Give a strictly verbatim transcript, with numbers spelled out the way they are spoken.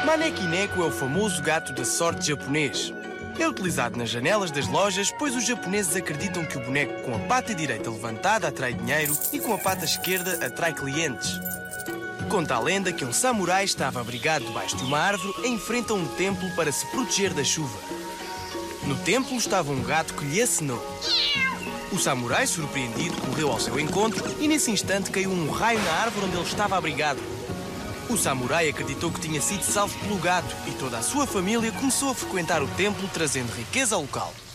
Maneki-neko é o famoso gato da sorte japonês. É utilizado nas janelas das lojas, pois os japoneses acreditam que o boneco com a pata direita levantada atrai dinheiro e com a pata esquerda atrai clientes. Conta a lenda que um samurai estava abrigado debaixo de uma árvore em frente a um templo para se proteger da chuva. No templo estava um gato que lhe acenou. O samurai, surpreendido, correu ao seu encontro e nesse instante caiu um raio na árvore onde ele estava abrigado. O samurai acreditou que tinha sido salvo pelo gato e toda a sua família começou a frequentar o templo, trazendo riqueza ao local.